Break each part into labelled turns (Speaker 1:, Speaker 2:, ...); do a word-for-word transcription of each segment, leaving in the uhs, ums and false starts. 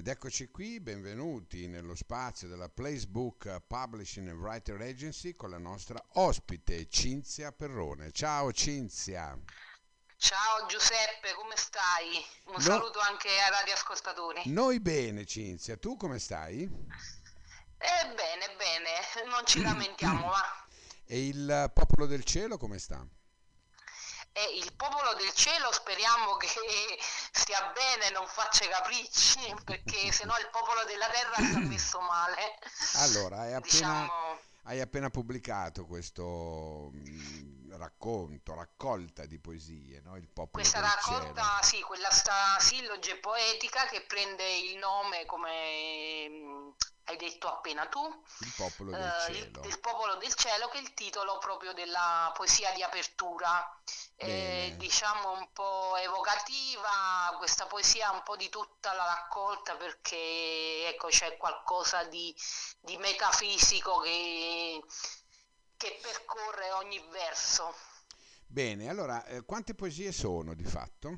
Speaker 1: Ed eccoci qui, benvenuti nello spazio della Placebook Publishing and Writer Agency con la nostra ospite Cinzia Perrone. Ciao Cinzia.
Speaker 2: Ciao Giuseppe, come stai? Un
Speaker 1: No,
Speaker 2: saluto anche ai radioascoltatori.
Speaker 1: noi bene Cinzia, tu come stai?
Speaker 2: Eh, bene, bene, non ci lamentiamo, va.
Speaker 1: E il popolo del cielo come sta?
Speaker 2: E il popolo del cielo speriamo che stia bene, non faccia capricci, perché sennò il popolo della terra sta messo male.
Speaker 1: Allora, hai appena,
Speaker 2: Diciamo,
Speaker 1: hai appena pubblicato questo mm, racconto, raccolta di poesie, no? Il popolo
Speaker 2: questa
Speaker 1: del cielo,
Speaker 2: raccolta, sì, quella sta silloge poetica che prende il nome, come mm, hai detto appena tu,
Speaker 1: il popolo del
Speaker 2: eh, il,
Speaker 1: cielo.
Speaker 2: del popolo del cielo, che è il titolo proprio della poesia di apertura. Eh,
Speaker 1: Bene.
Speaker 2: diciamo un po' evocativa, questa poesia un po' di tutta la raccolta perché ecco c'è qualcosa di, di metafisico che, che percorre ogni verso.
Speaker 1: Bene, allora, eh, quante poesie sono di fatto?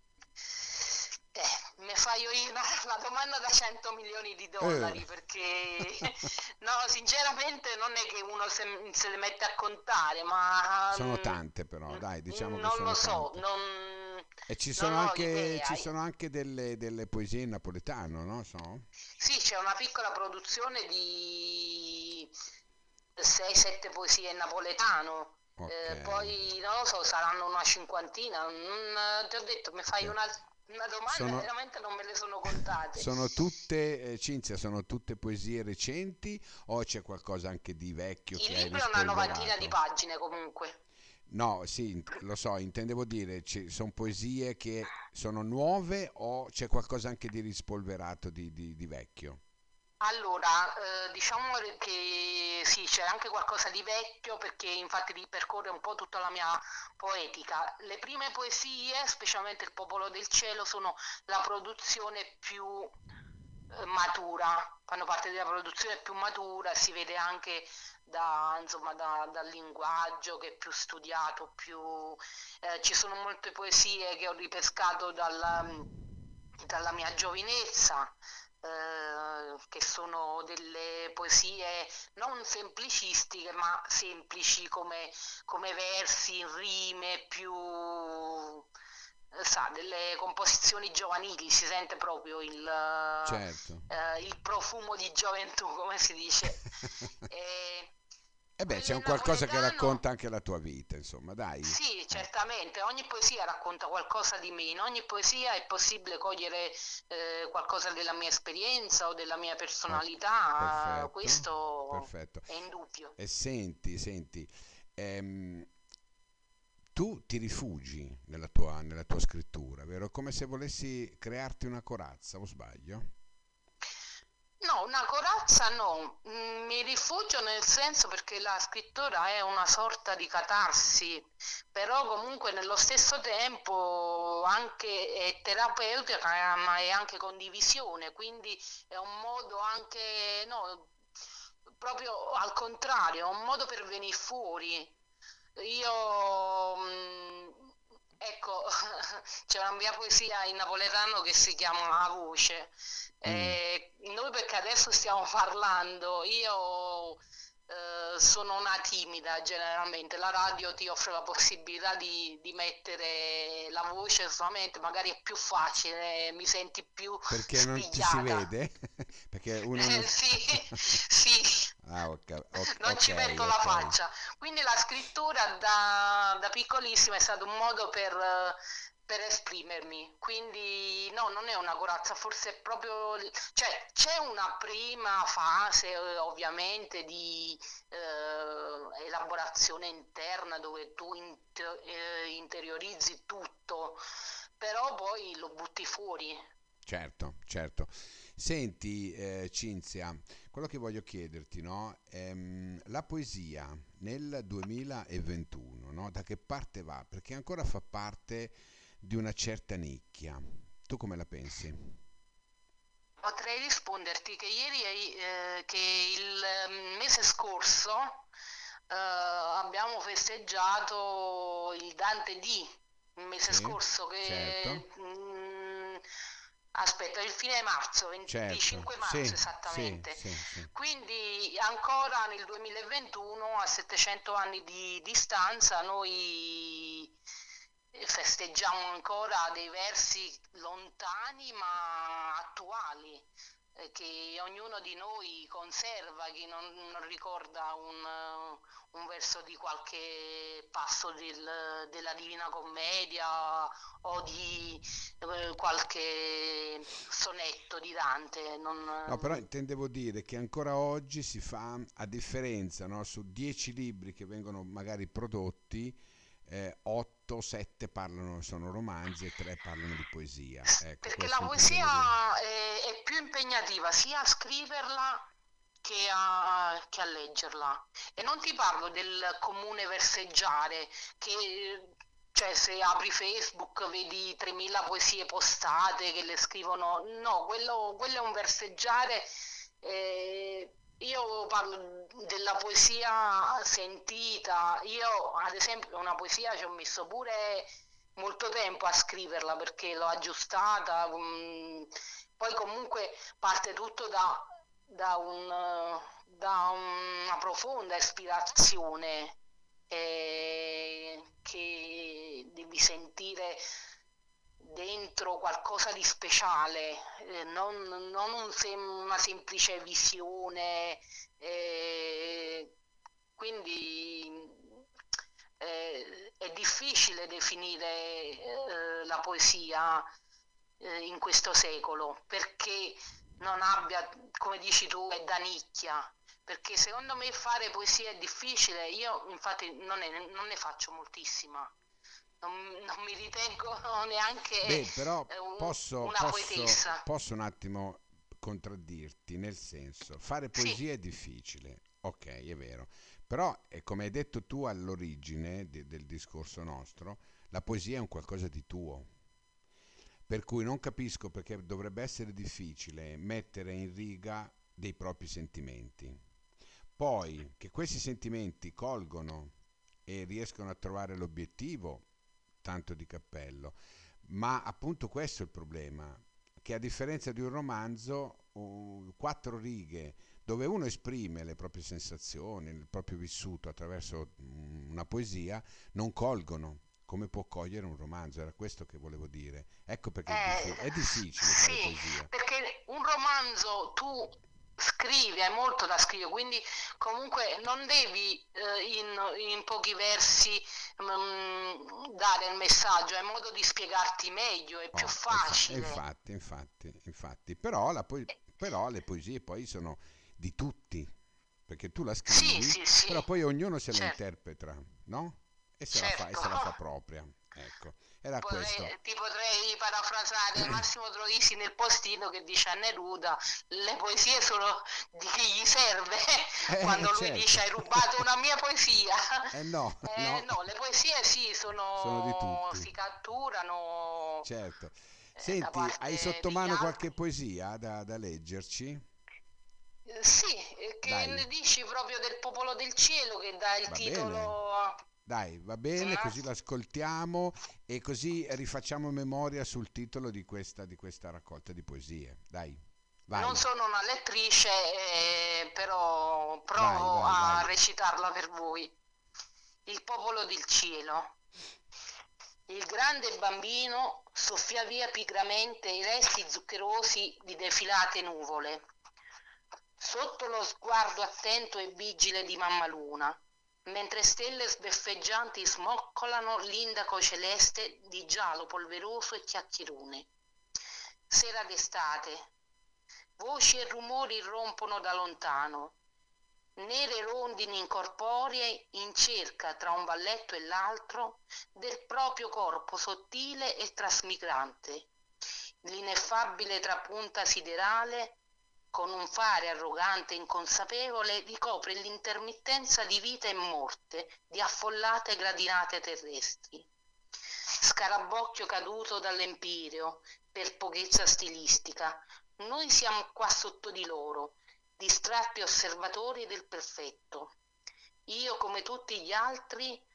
Speaker 2: Eh, mi fai io la, la domanda da cento milioni di
Speaker 1: Eh.
Speaker 2: dollari perché no, sinceramente non è che uno se, se le mette a contare, ma
Speaker 1: Sono
Speaker 2: mm,
Speaker 1: tante però, dai, diciamo
Speaker 2: n-
Speaker 1: che
Speaker 2: non lo
Speaker 1: sono
Speaker 2: so,
Speaker 1: tante.
Speaker 2: non,
Speaker 1: E ci sono
Speaker 2: non ho
Speaker 1: anche,
Speaker 2: idea.
Speaker 1: ci sono anche delle, delle poesie in napoletano, no? So?
Speaker 2: Sì, c'è una piccola produzione di sei sette poesie in napoletano.
Speaker 1: Ok,
Speaker 2: Eh, poi non lo so, saranno una cinquantina. Non, ti ho detto, mi fai
Speaker 1: ok.
Speaker 2: una, una domanda,
Speaker 1: Sono,
Speaker 2: veramente non me le sono contate.
Speaker 1: sono tutte, eh, Cinzia, sono tutte poesie recenti o c'è qualcosa anche di vecchio
Speaker 2: Il
Speaker 1: che hai
Speaker 2: libro è una novantina di
Speaker 1: rispolverato?
Speaker 2: pagine comunque.
Speaker 1: No, sì, int- lo so, intendevo dire, ci sono poesie che sono nuove o c'è qualcosa anche di rispolverato di, di- di vecchio?
Speaker 2: Allora, eh, diciamo che sì, c'è anche qualcosa di vecchio perché infatti ripercorre un po' tutta la mia poetica. Le prime poesie, specialmente Il popolo del cielo, sono la produzione più eh, matura, fanno parte della produzione più matura, si vede anche da, insomma, da- dal linguaggio che è più studiato, più, eh, ci sono molte poesie che ho ripescato dalla, dalla mia giovinezza, eh, che sono delle poesie non semplicistiche, ma semplici come, come versi in rime, più, eh, sa, delle composizioni giovanili, si sente proprio il,
Speaker 1: Certo.
Speaker 2: eh, il profumo di gioventù, come si dice. E
Speaker 1: E beh, c'è
Speaker 2: quelle
Speaker 1: un
Speaker 2: in
Speaker 1: qualcosa che
Speaker 2: napoletano,
Speaker 1: racconta anche la tua vita, insomma, dai.
Speaker 2: sì,
Speaker 1: Ecco.
Speaker 2: certamente, ogni poesia racconta qualcosa di me, in ogni poesia è possibile cogliere eh, qualcosa della mia esperienza o della mia
Speaker 1: Ok,
Speaker 2: personalità,
Speaker 1: perfetto,
Speaker 2: questo
Speaker 1: perfetto.
Speaker 2: è indubbio.
Speaker 1: E senti, senti, ehm, tu ti rifugi nella tua, nella tua scrittura, vero? È come se volessi crearti una corazza, o sbaglio?
Speaker 2: No, una corazza no. Mm, mi rifugio nel senso perché la scrittura è una sorta di catarsi, però comunque nello stesso tempo anche è terapeutica, ma è anche condivisione, quindi è un modo anche, no, proprio al contrario, è un modo per venire fuori. Io, mm, ecco, c'è una mia poesia in napoletano che si chiama La voce.
Speaker 1: Mm,
Speaker 2: Eh, noi perché adesso stiamo parlando, io eh, sono una timida generalmente, la radio ti offre la possibilità di, di mettere la voce solamente, magari è più facile, mi senti più
Speaker 1: perché non ti si
Speaker 2: spigliata.
Speaker 1: vede? Perché uno non...
Speaker 2: Eh, sì, sì,
Speaker 1: Ah, ok, ok,
Speaker 2: non
Speaker 1: ok,
Speaker 2: ci metto la
Speaker 1: ok.
Speaker 2: faccia. Quindi la scrittura da, da piccolissima è stato un modo per, eh, per esprimermi. Quindi no, non è una corazza, forse è proprio... Cioè, c'è una prima fase eh, ovviamente di eh, elaborazione interna dove tu inter- eh, interiorizzi tutto, però poi lo butti fuori.
Speaker 1: Certo, certo. Senti, eh, Cinzia, quello che voglio chiederti, no? Ehm, la poesia nel duemilaventuno, no? Da che parte va? Perché ancora fa parte di una certa nicchia. Tu come la pensi?
Speaker 2: Potrei risponderti che ieri, eh, che il eh, mese scorso eh, abbiamo festeggiato il Dante D, il mese
Speaker 1: Sì,
Speaker 2: scorso
Speaker 1: certo.
Speaker 2: che mm, Aspetta, il fine marzo,
Speaker 1: Certo,
Speaker 2: venticinque marzo
Speaker 1: sì, sì,
Speaker 2: esattamente.
Speaker 1: sì, sì.
Speaker 2: Quindi ancora nel duemilaventuno, a settecento anni di distanza, noi festeggiamo ancora dei versi lontani ma attuali, eh, che ognuno di noi conserva, chi non, non ricorda un, eh, un verso di qualche passo del- della Divina Commedia o di eh, qualche sonetto di Dante.
Speaker 1: No, però
Speaker 2: Non,
Speaker 1: intendevo dire che ancora oggi si fa, a differenza, no, su dieci libri che vengono magari prodotti, eh, otto, sette parlano, sono romanzi e tre parlano di poesia. Ecco,
Speaker 2: perché la
Speaker 1: questo intendevo dire.
Speaker 2: poesia è, è più impegnativa sia a scriverla che a, che a leggerla. E non ti parlo del comune verseggiare, che cioè se apri Facebook vedi tremila poesie postate che le scrivono. No, quello, quello è un verseggiare. eh, io parlo della poesia sentita. Io, ad esempio, una poesia ci ho messo pure molto tempo a scriverla perché l'ho aggiustata. mm, Poi comunque parte tutto da, da un, eh, da una profonda ispirazione, eh, che devi sentire dentro qualcosa di speciale, eh, non, non un sem- una semplice visione. eh, quindi eh, è difficile definire eh, la poesia eh, in questo secolo perché non abbia, come dici tu, è da nicchia. Perché secondo me fare poesia è difficile, io infatti non ne, non ne faccio moltissima, non, non mi ritengo neanche
Speaker 1: Beh, però
Speaker 2: eh, un-
Speaker 1: posso,
Speaker 2: una
Speaker 1: posso,
Speaker 2: poetessa.
Speaker 1: posso un attimo contraddirti, nel senso, fare
Speaker 2: Sì,
Speaker 1: poesia è difficile, ok, è vero, però è come hai detto tu all'origine de- del discorso nostro, la poesia è un qualcosa di tuo, per cui non capisco perché dovrebbe essere difficile mettere in riga dei propri sentimenti. Poi che questi sentimenti colgono e riescono a trovare l'obiettivo, tanto di cappello. Ma appunto questo è il problema, che a differenza di un romanzo, uh, quattro righe dove uno esprime le proprie sensazioni, il proprio vissuto attraverso mm, una poesia, non colgono come può cogliere un romanzo. Era questo che volevo dire. Ecco perché è,
Speaker 2: Eh,
Speaker 1: diffi- è difficile fare
Speaker 2: sì,
Speaker 1: poesia.
Speaker 2: perché un romanzo tu scrivi, hai molto da scrivere, quindi comunque non devi eh, in, in pochi versi mm, dare il messaggio, hai modo di spiegarti meglio, è più
Speaker 1: Oh, e, fa- e
Speaker 2: facile.
Speaker 1: infatti, infatti, infatti, però, la po-
Speaker 2: Eh,
Speaker 1: però le poesie poi sono di tutti, perché tu la
Speaker 2: Sì,
Speaker 1: scrivi,
Speaker 2: sì, sì,
Speaker 1: però poi ognuno se la
Speaker 2: certo,
Speaker 1: interpreta, no? E se la fa, e
Speaker 2: certo.
Speaker 1: se la fa propria. Ecco, era questo.
Speaker 2: Potrei- ti potrei parafrasare Massimo Troisi nel postino che dice a Neruda: le poesie sono di chi gli serve.
Speaker 1: Eh,
Speaker 2: Quando lui dice
Speaker 1: certo.
Speaker 2: hai rubato una mia poesia.
Speaker 1: Eh no,
Speaker 2: Eh,
Speaker 1: no,
Speaker 2: no, le poesie sì,
Speaker 1: sono di
Speaker 2: sono,
Speaker 1: tutti,
Speaker 2: si catturano
Speaker 1: certo.
Speaker 2: eh, da
Speaker 1: Senti, hai
Speaker 2: parte
Speaker 1: sotto
Speaker 2: degli
Speaker 1: mano qualche
Speaker 2: altri.
Speaker 1: poesia da, da leggerci?
Speaker 2: Eh, Sì, eh, che
Speaker 1: Dai,
Speaker 2: ne dici proprio del popolo del cielo che dà il
Speaker 1: va bene.
Speaker 2: titolo a...
Speaker 1: Dai, va bene,
Speaker 2: Mm?
Speaker 1: così l'ascoltiamo e così rifacciamo memoria sul titolo di questa, di questa raccolta di poesie. Dai,
Speaker 2: Non
Speaker 1: vai,
Speaker 2: sono una lettrice, eh, però
Speaker 1: vai,
Speaker 2: provo
Speaker 1: vai,
Speaker 2: a
Speaker 1: vai.
Speaker 2: recitarla per voi. Il popolo del cielo. Il grande bambino soffia via pigramente i resti zuccherosi di defilate nuvole, sotto lo sguardo attento e vigile di Mamma Luna, mentre stelle sbeffeggianti smoccolano l'indaco celeste di giallo polveroso e chiacchierone. Sera d'estate. Voci e rumori irrompono da lontano, nere rondini incorporee in cerca tra un balletto e l'altro del proprio corpo sottile e trasmigrante. L'ineffabile trapunta siderale, con un fare arrogante e inconsapevole, ricopre l'intermittenza di vita e morte di affollate gradinate terrestri. Scarabocchio caduto dall'empireo per pochezza stilistica, noi siamo qua sotto di loro, distratti osservatori del perfetto. Io, come tutti gli altri,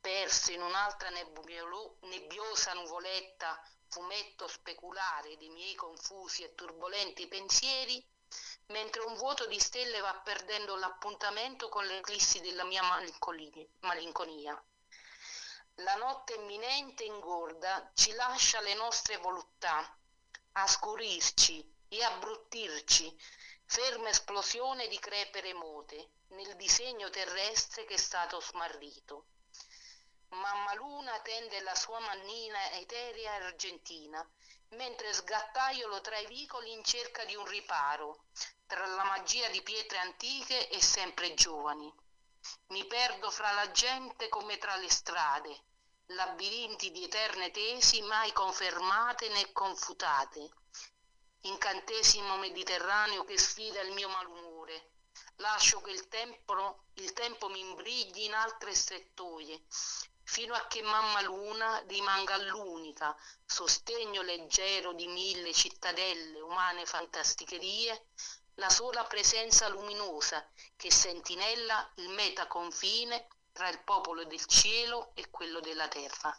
Speaker 2: perso in un'altra nebbiolo- nebbiosa nuvoletta, fumetto speculare dei miei confusi e turbolenti pensieri, mentre un vuoto di stelle va perdendo l'appuntamento con l'eclissi della mia malincoli- malinconia. La notte imminente ingorda ci lascia le nostre voluttà, a scurirci e abbruttirci, ferma esplosione di crepe remote, nel disegno terrestre che è stato smarrito. Mamma Luna tende la sua mannina eterea e argentina, mentre sgattaiolo tra i vicoli in cerca di un riparo, tra la magia di pietre antiche e sempre giovani. Mi perdo fra la gente come tra le strade, labirinti di eterne tesi mai confermate né confutate. Incantesimo mediterraneo che sfida il mio malumore. Lascio che il tempo, il tempo mi imbrigli in altre strettoie, fino a che mamma Luna rimanga l'unica sostegno leggero di mille cittadelle umane fantasticherie, la sola presenza luminosa che sentinella il metaconfine tra il popolo del cielo e quello della terra.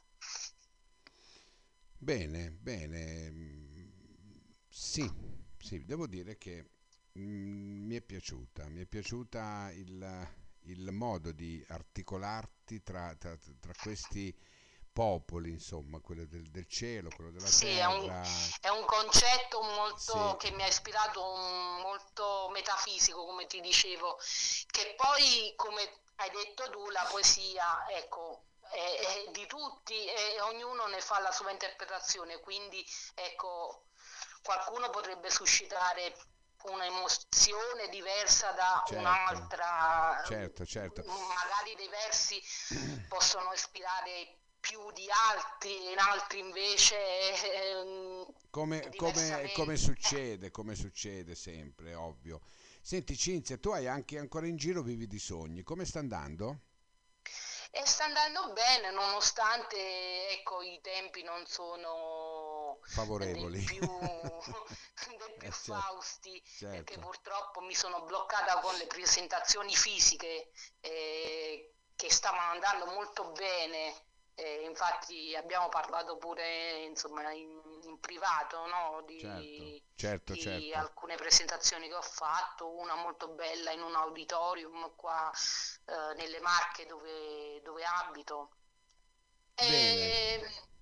Speaker 1: Bene, bene. mm, Sì, sì, devo dire che mm, mi è piaciuta, mi è piaciuta il, il modo di articolarti tra, tra- tra questi popoli, insomma, quello del, del cielo, quello della
Speaker 2: Sì, è un,
Speaker 1: terra.
Speaker 2: è un concetto molto
Speaker 1: Sì,
Speaker 2: che mi ha ispirato, un- molto metafisico, come ti dicevo, che poi, come hai detto tu, la poesia, ecco, è, è di tutti e ognuno ne fa la sua interpretazione, quindi, ecco, qualcuno potrebbe suscitare un'emozione diversa da
Speaker 1: certo,
Speaker 2: un'altra,
Speaker 1: certo, certo.
Speaker 2: magari dei versi possono ispirare più di altri, in altri invece ehm,
Speaker 1: Come, come- come
Speaker 2: diversamente.
Speaker 1: succede, come succede sempre, ovvio. Senti, Cinzia, tu hai anche ancora in giro Vivi di Sogni, come sta andando?
Speaker 2: E sta andando bene, nonostante ecco, i tempi non sono dei
Speaker 1: Favorevoli.
Speaker 2: più, dei più
Speaker 1: Eh, cer-
Speaker 2: fausti, perché
Speaker 1: certo,
Speaker 2: purtroppo mi sono bloccata con le presentazioni fisiche eh, che stavano andando molto bene. Eh, infatti abbiamo parlato pure insomma, in, in privato, no,
Speaker 1: certo,
Speaker 2: di,
Speaker 1: certo,
Speaker 2: di
Speaker 1: certo.
Speaker 2: alcune presentazioni che ho fatto, una molto bella in un auditorium qua eh, nelle Marche dove, dove abito.
Speaker 1: Bene.
Speaker 2: E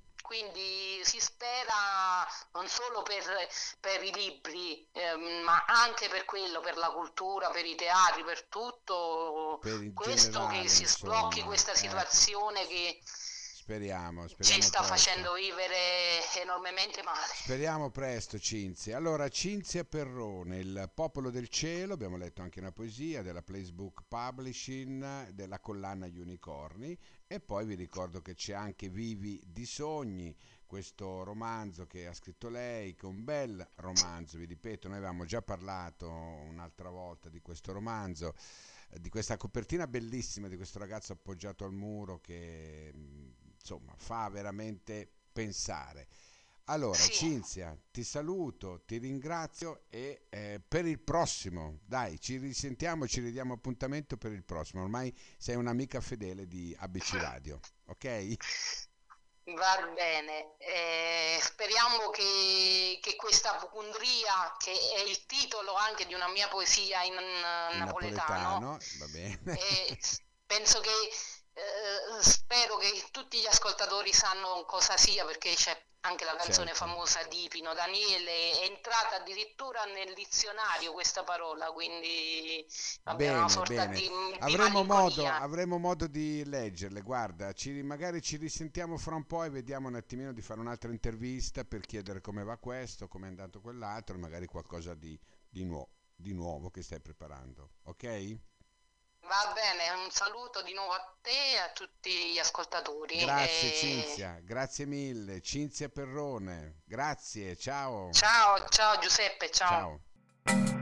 Speaker 2: quindi si spera non solo per, per i libri, ehm, ma anche per quello, per la cultura, per i teatri, per tutto
Speaker 1: Per in
Speaker 2: questo, che
Speaker 1: generale,
Speaker 2: si sblocchi
Speaker 1: insomma,
Speaker 2: questa
Speaker 1: eh,
Speaker 2: situazione che
Speaker 1: speriamo,
Speaker 2: ci
Speaker 1: speriamo
Speaker 2: sta
Speaker 1: presto.
Speaker 2: facendo vivere enormemente male.
Speaker 1: Speriamo presto, Cinzia. Allora, Cinzia Perrone, Il popolo del cielo, abbiamo letto anche una poesia della Placebook Publishing, della collana Gli unicorni, e poi vi ricordo che c'è anche Vivi di sogni, questo romanzo che ha scritto lei, che è un bel romanzo, vi ripeto, noi avevamo già parlato un'altra volta di questo romanzo, eh, di questa copertina bellissima di questo ragazzo appoggiato al muro che mh, insomma fa veramente pensare. Allora,
Speaker 2: Sì.
Speaker 1: Cinzia, ti saluto, ti ringrazio e eh, per il prossimo, dai, ci risentiamo, ci ridiamo appuntamento per il prossimo. Ormai sei un'amica fedele di A B C Radio, ok?
Speaker 2: Va bene, eh, speriamo che, che questa Pocundria, che è il titolo anche di una mia poesia in eh,
Speaker 1: In
Speaker 2: napoletano,
Speaker 1: napoletano, va bene.
Speaker 2: e s- penso che, eh, spero che tutti gli ascoltatori sanno cosa sia, perché c'è anche la canzone
Speaker 1: Certo.
Speaker 2: famosa di Pino Daniele, è entrata addirittura nel dizionario questa parola, quindi vabbè, è una
Speaker 1: Bene,
Speaker 2: sorta
Speaker 1: bene.
Speaker 2: di, di
Speaker 1: Avremo modo,
Speaker 2: malinconia.
Speaker 1: avremo modo di leggerle. Guarda, ci- magari ci risentiamo fra un po' e vediamo un attimino di fare un'altra intervista per chiedere come va questo, come è andato quell'altro, e magari qualcosa di, di nuovo, di nuovo che stai preparando. Ok?
Speaker 2: Va bene, un saluto di nuovo a te e a tutti gli ascoltatori.
Speaker 1: Grazie
Speaker 2: E
Speaker 1: Cinzia, grazie mille. Cinzia Perrone, grazie, ciao.
Speaker 2: ciao, ciao Giuseppe, ciao.
Speaker 1: Ciao.